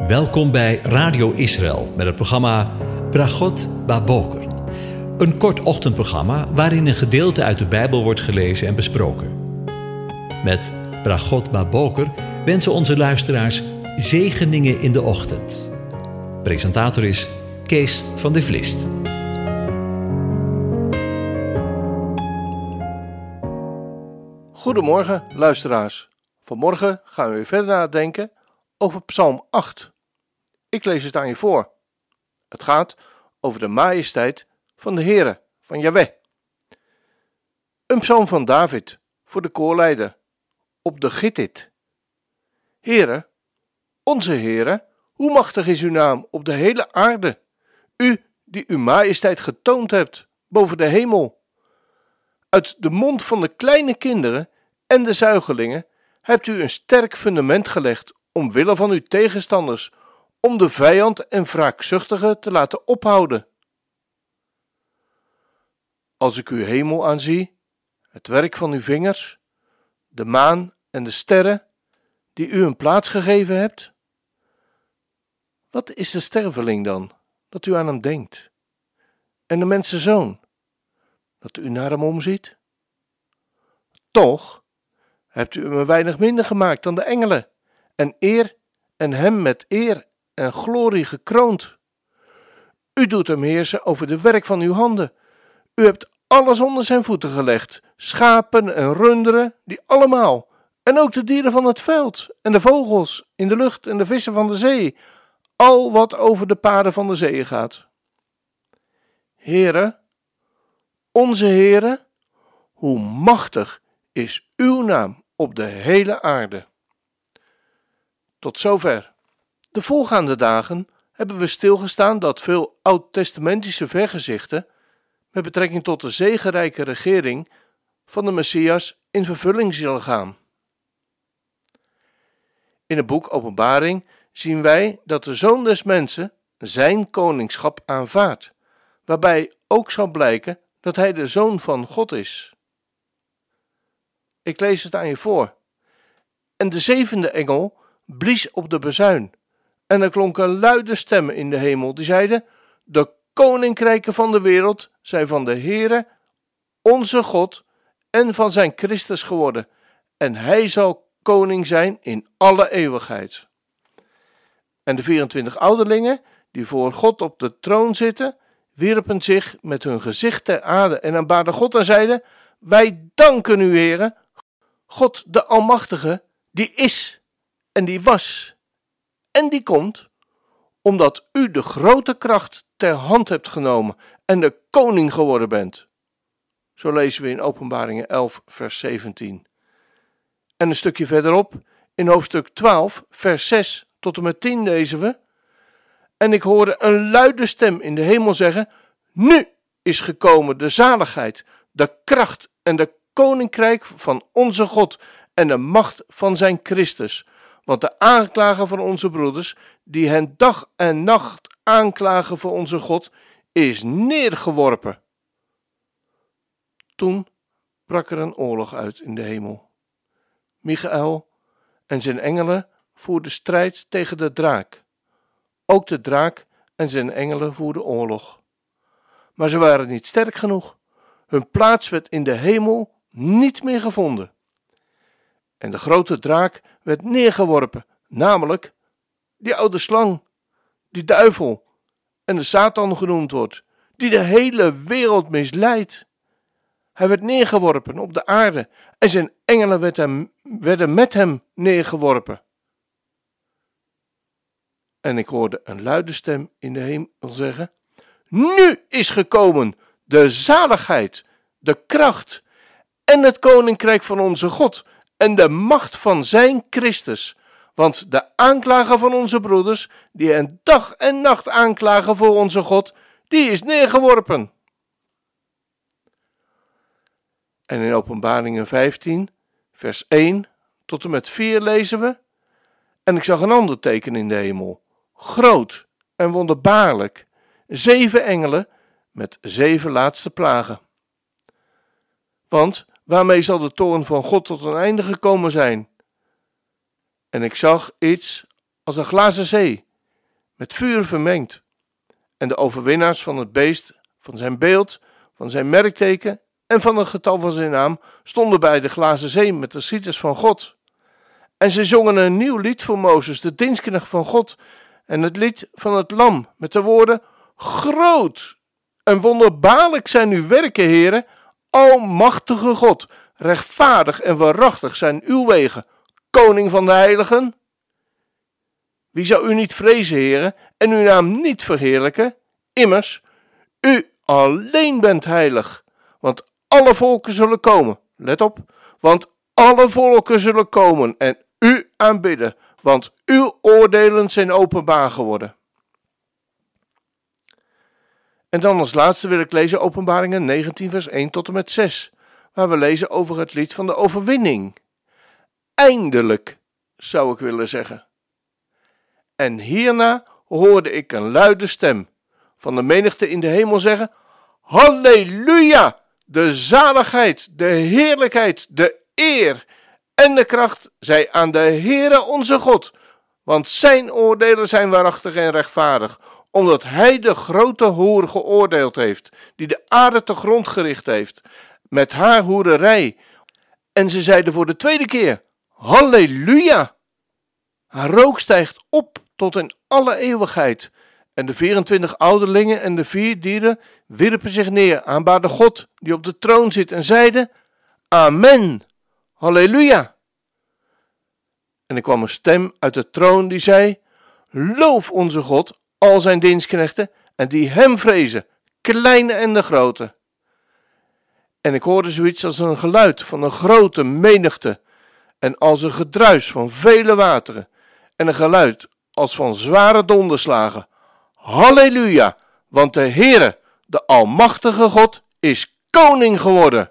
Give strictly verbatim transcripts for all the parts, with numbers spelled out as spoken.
Welkom bij Radio Israël met het programma Bragot Baboker. Een kort ochtendprogramma waarin een gedeelte uit de Bijbel wordt gelezen en besproken. Met Bragot Baboker wensen onze luisteraars zegeningen in de ochtend. Presentator is Kees van de Vlist. Goedemorgen luisteraars. Vanmorgen gaan we weer verder nadenken over Psalm acht. Ik lees het aan je voor. Het gaat over de majesteit van de Heere, van Jahweh. Een psalm van David voor de koorleider op de Gittit. Heere, onze Heere, hoe machtig is uw naam op de hele aarde, u die uw majesteit getoond hebt boven de hemel. Uit de mond van de kleine kinderen en de zuigelingen hebt u een sterk fundament gelegd omwille van uw tegenstanders, om de vijand en wraakzuchtige te laten ophouden. Als ik uw hemel aanzie, het werk van uw vingers, de maan en de sterren, die u een plaats gegeven hebt, wat is de sterveling dan, dat u aan hem denkt? En de mensenzoon, dat u naar hem omziet? Toch hebt u hem een weinig minder gemaakt dan de engelen, en eer en hem met eer en glorie gekroond. U doet hem heersen over de werk van uw handen. U hebt alles onder zijn voeten gelegd, schapen en runderen, die allemaal, en ook de dieren van het veld, en de vogels in de lucht en de vissen van de zee, al wat over de paden van de zee gaat. Heere, onze Heere, hoe machtig is uw naam op de hele aarde. Tot zover. De voorgaande dagen hebben we stilgestaan dat veel oud-testamentische vergezichten met betrekking tot de zegenrijke regering van de Messias in vervulling zullen gaan. In het boek Openbaring zien wij dat de Zoon des Mensen zijn koningschap aanvaardt, waarbij ook zal blijken dat hij de Zoon van God is. Ik lees het aan je voor. En de zevende engel blies op de bazuin, en er klonken luide stemmen in de hemel, die zeiden: de koninkrijken van de wereld zijn van de Heere, onze God, en van zijn Christus geworden, en hij zal koning zijn in alle eeuwigheid. En de vierentwintig ouderlingen, die voor God op de troon zitten, wierpen zich met hun gezicht ter aarde en aanbaden God en zeiden: wij danken u, Heere, God de Almachtige, die is en die was en die komt, omdat u de grote kracht ter hand hebt genomen en de koning geworden bent. Zo lezen we in Openbaringen elf, vers zeventien. En een stukje verderop, in hoofdstuk twaalf, vers zes tot en met tien lezen we: en ik hoorde een luide stem in de hemel zeggen: nu is gekomen de zaligheid, de kracht en de koninkrijk van onze God en de macht van zijn Christus. Want de aanklager van onze broeders, die hen dag en nacht aanklagen voor onze God, is neergeworpen. Toen brak er een oorlog uit in de hemel. Michael en zijn engelen voerden strijd tegen de draak. Ook de draak en zijn engelen voerden oorlog. Maar ze waren niet sterk genoeg. Hun plaats werd in de hemel niet meer gevonden. En de grote draak werd neergeworpen, namelijk die oude slang, die duivel en de Satan genoemd wordt, die de hele wereld misleidt. Hij werd neergeworpen op de aarde en zijn engelen werden, hem, werden met hem neergeworpen. En ik hoorde een luide stem in de hemel zeggen: nu is gekomen de zaligheid, de kracht en het koninkrijk van onze God en de macht van zijn Christus. Want de aanklager van onze broeders, die hen dag en nacht aanklagen voor onze God, die is neergeworpen. En in Openbaringen vijftien, vers één tot en met vier lezen we: en ik zag een ander teken in de hemel, groot en wonderbaarlijk, zeven engelen met zeven laatste plagen. Want waarmee zal de toorn van God tot een einde gekomen zijn? En ik zag iets als een glazen zee, met vuur vermengd. En de overwinnaars van het beest, van zijn beeld, van zijn merkteken en van het getal van zijn naam stonden bij de glazen zee met de cieters van God. En ze zongen een nieuw lied voor Mozes, de dienstknecht van God, en het lied van het lam met de woorden: groot en wonderbaarlijk zijn uw werken, Heere, almachtige God. Rechtvaardig en waarachtig zijn uw wegen, koning van de heiligen. Wie zou u niet vrezen, Heere, en uw naam niet verheerlijken? Immers, u alleen bent heilig, want alle volken zullen komen. Let op, want alle volken zullen komen en u aanbidden, want uw oordelen zijn openbaar geworden. En dan als laatste wil ik lezen Openbaringen negentien vers één tot en met zes, waar we lezen over het lied van de overwinning. Eindelijk, zou ik willen zeggen. En hierna hoorde ik een luide stem van de menigte in de hemel zeggen: Halleluja! De zaligheid, de heerlijkheid, de eer en de kracht zij aan de Heere onze God, want zijn oordelen zijn waarachtig en rechtvaardig, omdat hij de grote hoer geoordeeld heeft, die de aarde te grond gericht heeft, met haar hoererij. En ze zeiden voor de tweede keer: Halleluja! Haar rook stijgt op tot in alle eeuwigheid. En de vierentwintig ouderlingen en de vier dieren wierpen zich neer, aanbaden God die op de troon zit en zeiden: Amen, halleluja. En er kwam een stem uit de troon die zei: Loof onze God, al zijn dienstknechten, en die hem vrezen, kleine en de grote. En ik hoorde zoiets als een geluid van een grote menigte, en als een gedruis van vele wateren, en een geluid als van zware donderslagen. Halleluja, want de Heere, de almachtige God, is koning geworden.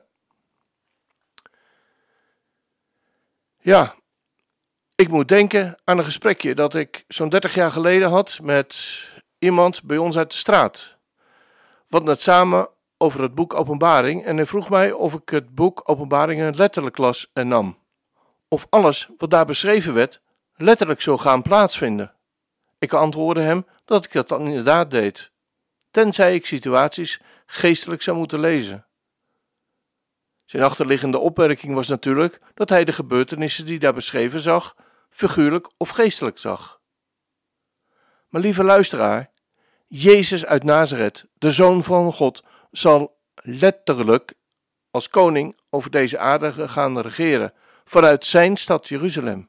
Ja, ik moet denken aan een gesprekje dat ik zo'n dertig jaar geleden had met iemand bij ons uit de straat. We hadden het samen over het boek Openbaring en hij vroeg mij of ik het boek Openbaringen letterlijk las en nam. Of alles wat daar beschreven werd letterlijk zou gaan plaatsvinden. Ik antwoordde hem dat ik dat dan inderdaad deed, tenzij ik situaties geestelijk zou moeten lezen. Zijn achterliggende opmerking was natuurlijk dat hij de gebeurtenissen die daar beschreven zag, figuurlijk of geestelijk zag. Maar lieve luisteraar, Jezus uit Nazareth, de Zoon van God, zal letterlijk als koning over deze aarde gaan regeren, vanuit zijn stad Jeruzalem.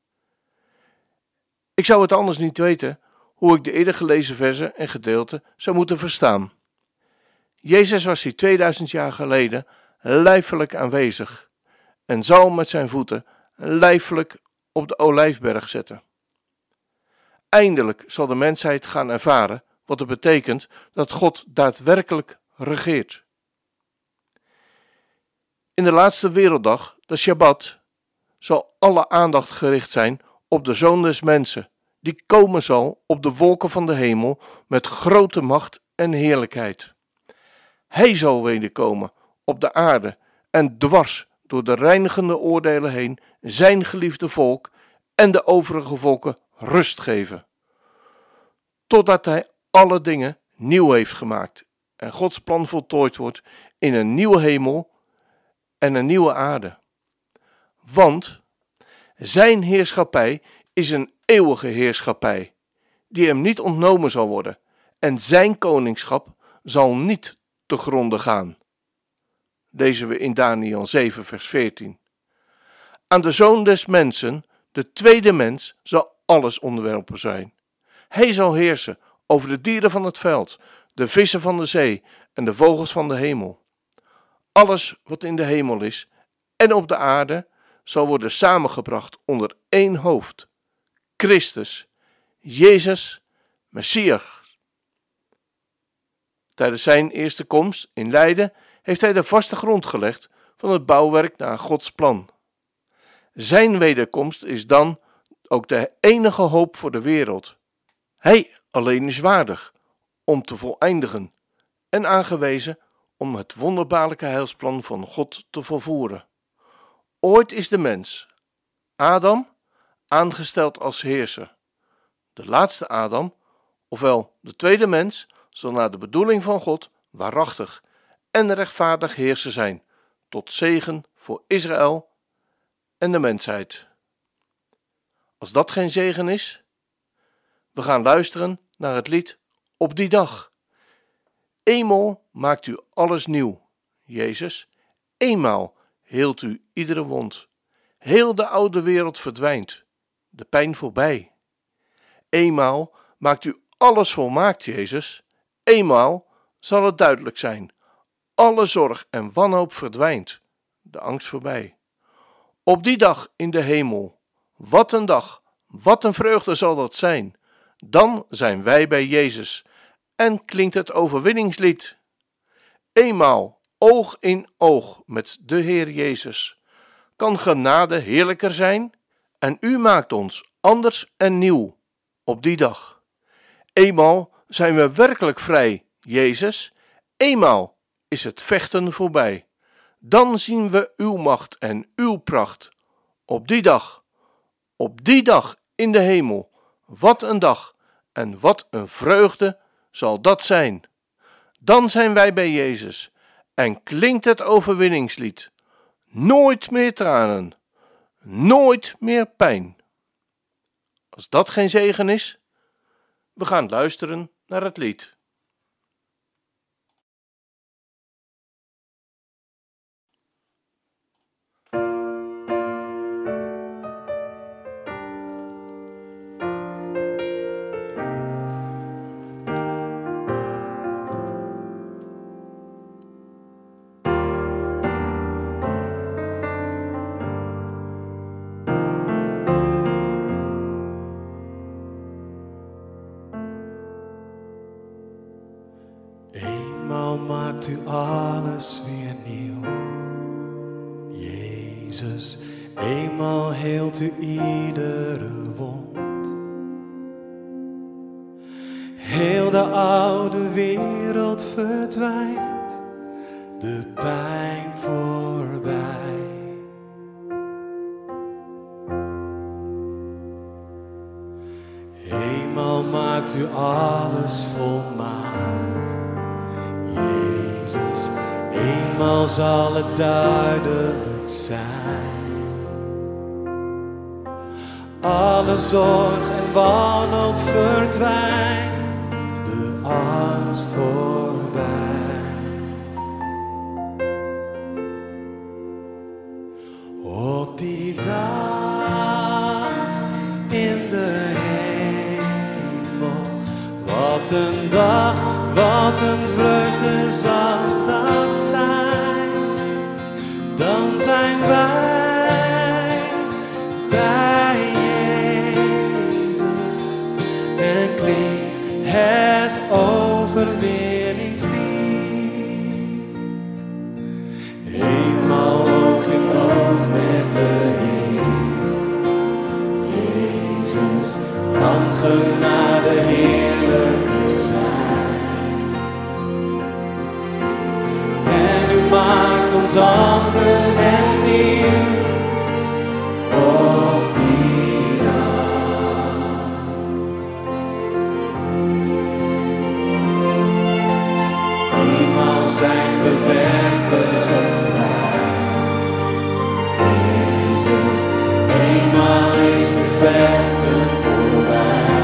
Ik zou het anders niet weten hoe ik de eerder gelezen verzen en gedeelten zou moeten verstaan. Jezus was hier tweeduizend jaar geleden lijfelijk aanwezig en zal met zijn voeten lijfelijk op de Olijfberg zetten. Eindelijk zal de mensheid gaan ervaren wat het betekent dat God daadwerkelijk regeert. In de laatste werelddag, de Shabbat, zal alle aandacht gericht zijn op de Zoon des Mensen, die komen zal op de wolken van de hemel met grote macht en heerlijkheid. Hij zal wederkomen op de aarde en dwars door de reinigende oordelen heen zijn geliefde volk en de overige volken rust geven, totdat hij alle dingen nieuw heeft gemaakt en Gods plan voltooid wordt in een nieuwe hemel en een nieuwe aarde. Want zijn heerschappij is een eeuwige heerschappij, die hem niet ontnomen zal worden, en zijn koningschap zal niet te gronde gaan. Lezen we in Daniël zeven vers veertien. Aan de Zoon des Mensen, de tweede mens, zal alles onderworpen zijn. Hij zal heersen over de dieren van het veld, de vissen van de zee en de vogels van de hemel. Alles wat in de hemel is en op de aarde zal worden samengebracht onder één hoofd, Christus, Jezus, Messias. Tijdens zijn eerste komst in Leiden heeft hij de vaste grond gelegd van het bouwwerk naar Gods plan. Zijn wederkomst is dan ook de enige hoop voor de wereld. Hij alleen is waardig om te voleindigen en aangewezen om het wonderbaarlijke heilsplan van God te volvoeren. Ooit is de mens, Adam, aangesteld als heerser. De laatste Adam, Ofwel, de tweede mens zal naar de bedoeling van God waarachtig en rechtvaardig heerser zijn, tot zegen voor Israël en de mensheid. Als dat geen zegen is, we gaan luisteren naar het lied Op die dag. Eenmaal maakt u alles nieuw, Jezus. Eenmaal heelt u iedere wond. Heel de oude wereld verdwijnt, de pijn voorbij. Eenmaal maakt u alles volmaakt, Jezus. Eenmaal zal het duidelijk zijn. Alle zorg en wanhoop verdwijnt, de angst voorbij. Op die dag in de hemel, wat een dag, wat een vreugde zal dat zijn. Dan zijn wij bij Jezus en klinkt het overwinningslied. Eenmaal, oog in oog met de Heer Jezus. Kan genade heerlijker zijn? En u maakt ons anders en nieuw op die dag. Eenmaal zijn we werkelijk vrij, Jezus. Eenmaal is het vechten voorbij. Dan zien we uw macht en uw pracht. Op die dag, op die dag in de hemel. Wat een dag en wat een vreugde zal dat zijn. Dan zijn wij bij Jezus en klinkt het overwinningslied. Nooit meer tranen, nooit meer pijn. Als dat geen zegen is, we gaan luisteren naar het lied. Eenmaal maakt u alles weer nieuw, Jezus. Eenmaal heelt u iedere wond. Heel de oude wereld verdwijnt, de pijn voorbij. Eenmaal maakt u alles volmaakt, Jezus. Eenmaal zal het duidelijk zijn. Alle zorg en wanhoop verdwijnt, de angst voorbij. Op die dag in de hemel, wat een dag, wat een vreugde zal dat zijn. Dan zijn wij bij Jezus en klinkt het overwinningslied. Eenmaal oog in oog met de Heer Jezus, kan genade heerlijker zijn. En u maakt ons anders en nieuw op die dag. Eenmaal zijn we werkelijk vrij, Jezus. Eenmaal is het vechten voorbij.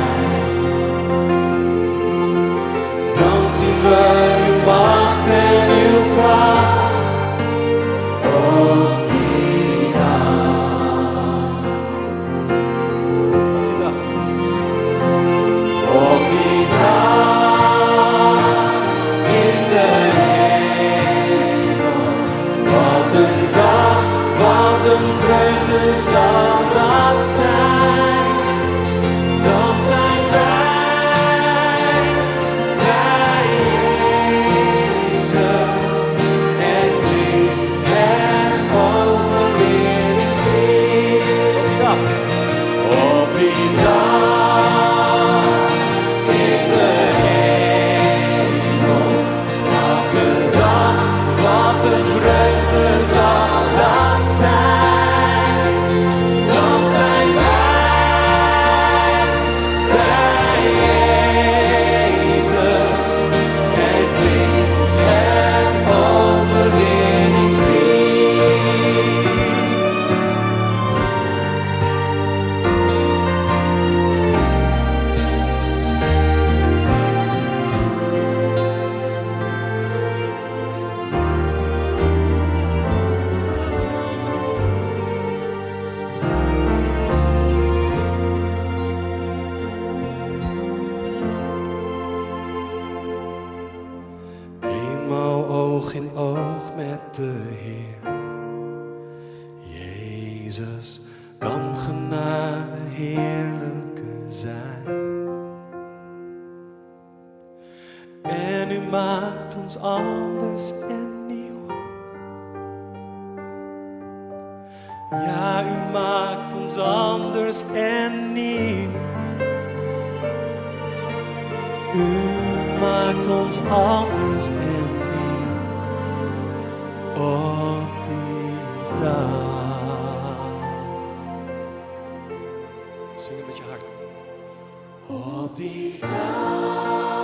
Dan zien we uw macht en uw kracht op die dag met de Heer. Jezus, kan genade heerlijker zijn. En u maakt ons anders en nieuw. Ja, u maakt ons anders en nieuw. U maakt ons anders en nieuw. Op die dag. Zing het met je hart. Op die dag.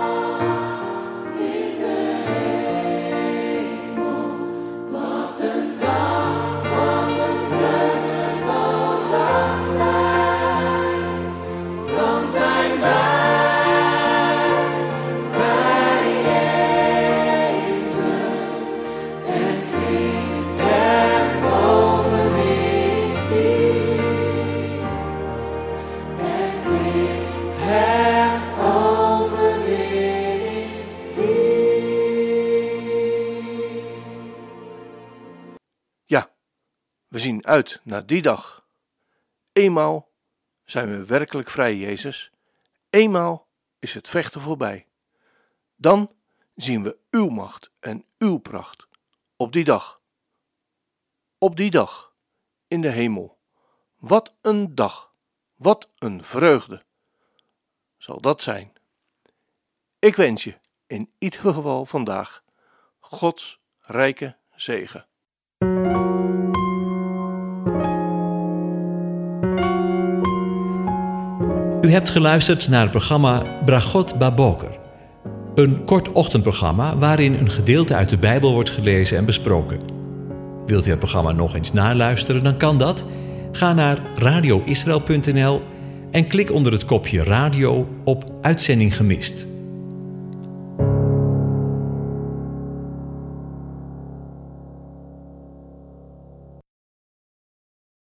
We zien uit naar die dag. Eenmaal zijn we werkelijk vrij, Jezus. Eenmaal is het vechten voorbij. Dan zien we uw macht en uw pracht. Op die dag. Op die dag. In de hemel. Wat een dag. Wat een vreugde. Zal dat zijn. Ik wens je in ieder geval vandaag Gods rijke zegen. U hebt geluisterd naar het programma Bragot Baboker. Een kort ochtendprogramma waarin een gedeelte uit de Bijbel wordt gelezen en besproken. Wilt u het programma nog eens naluisteren, dan kan dat. Ga naar radio israël punt n l en klik onder het kopje radio op Uitzending gemist.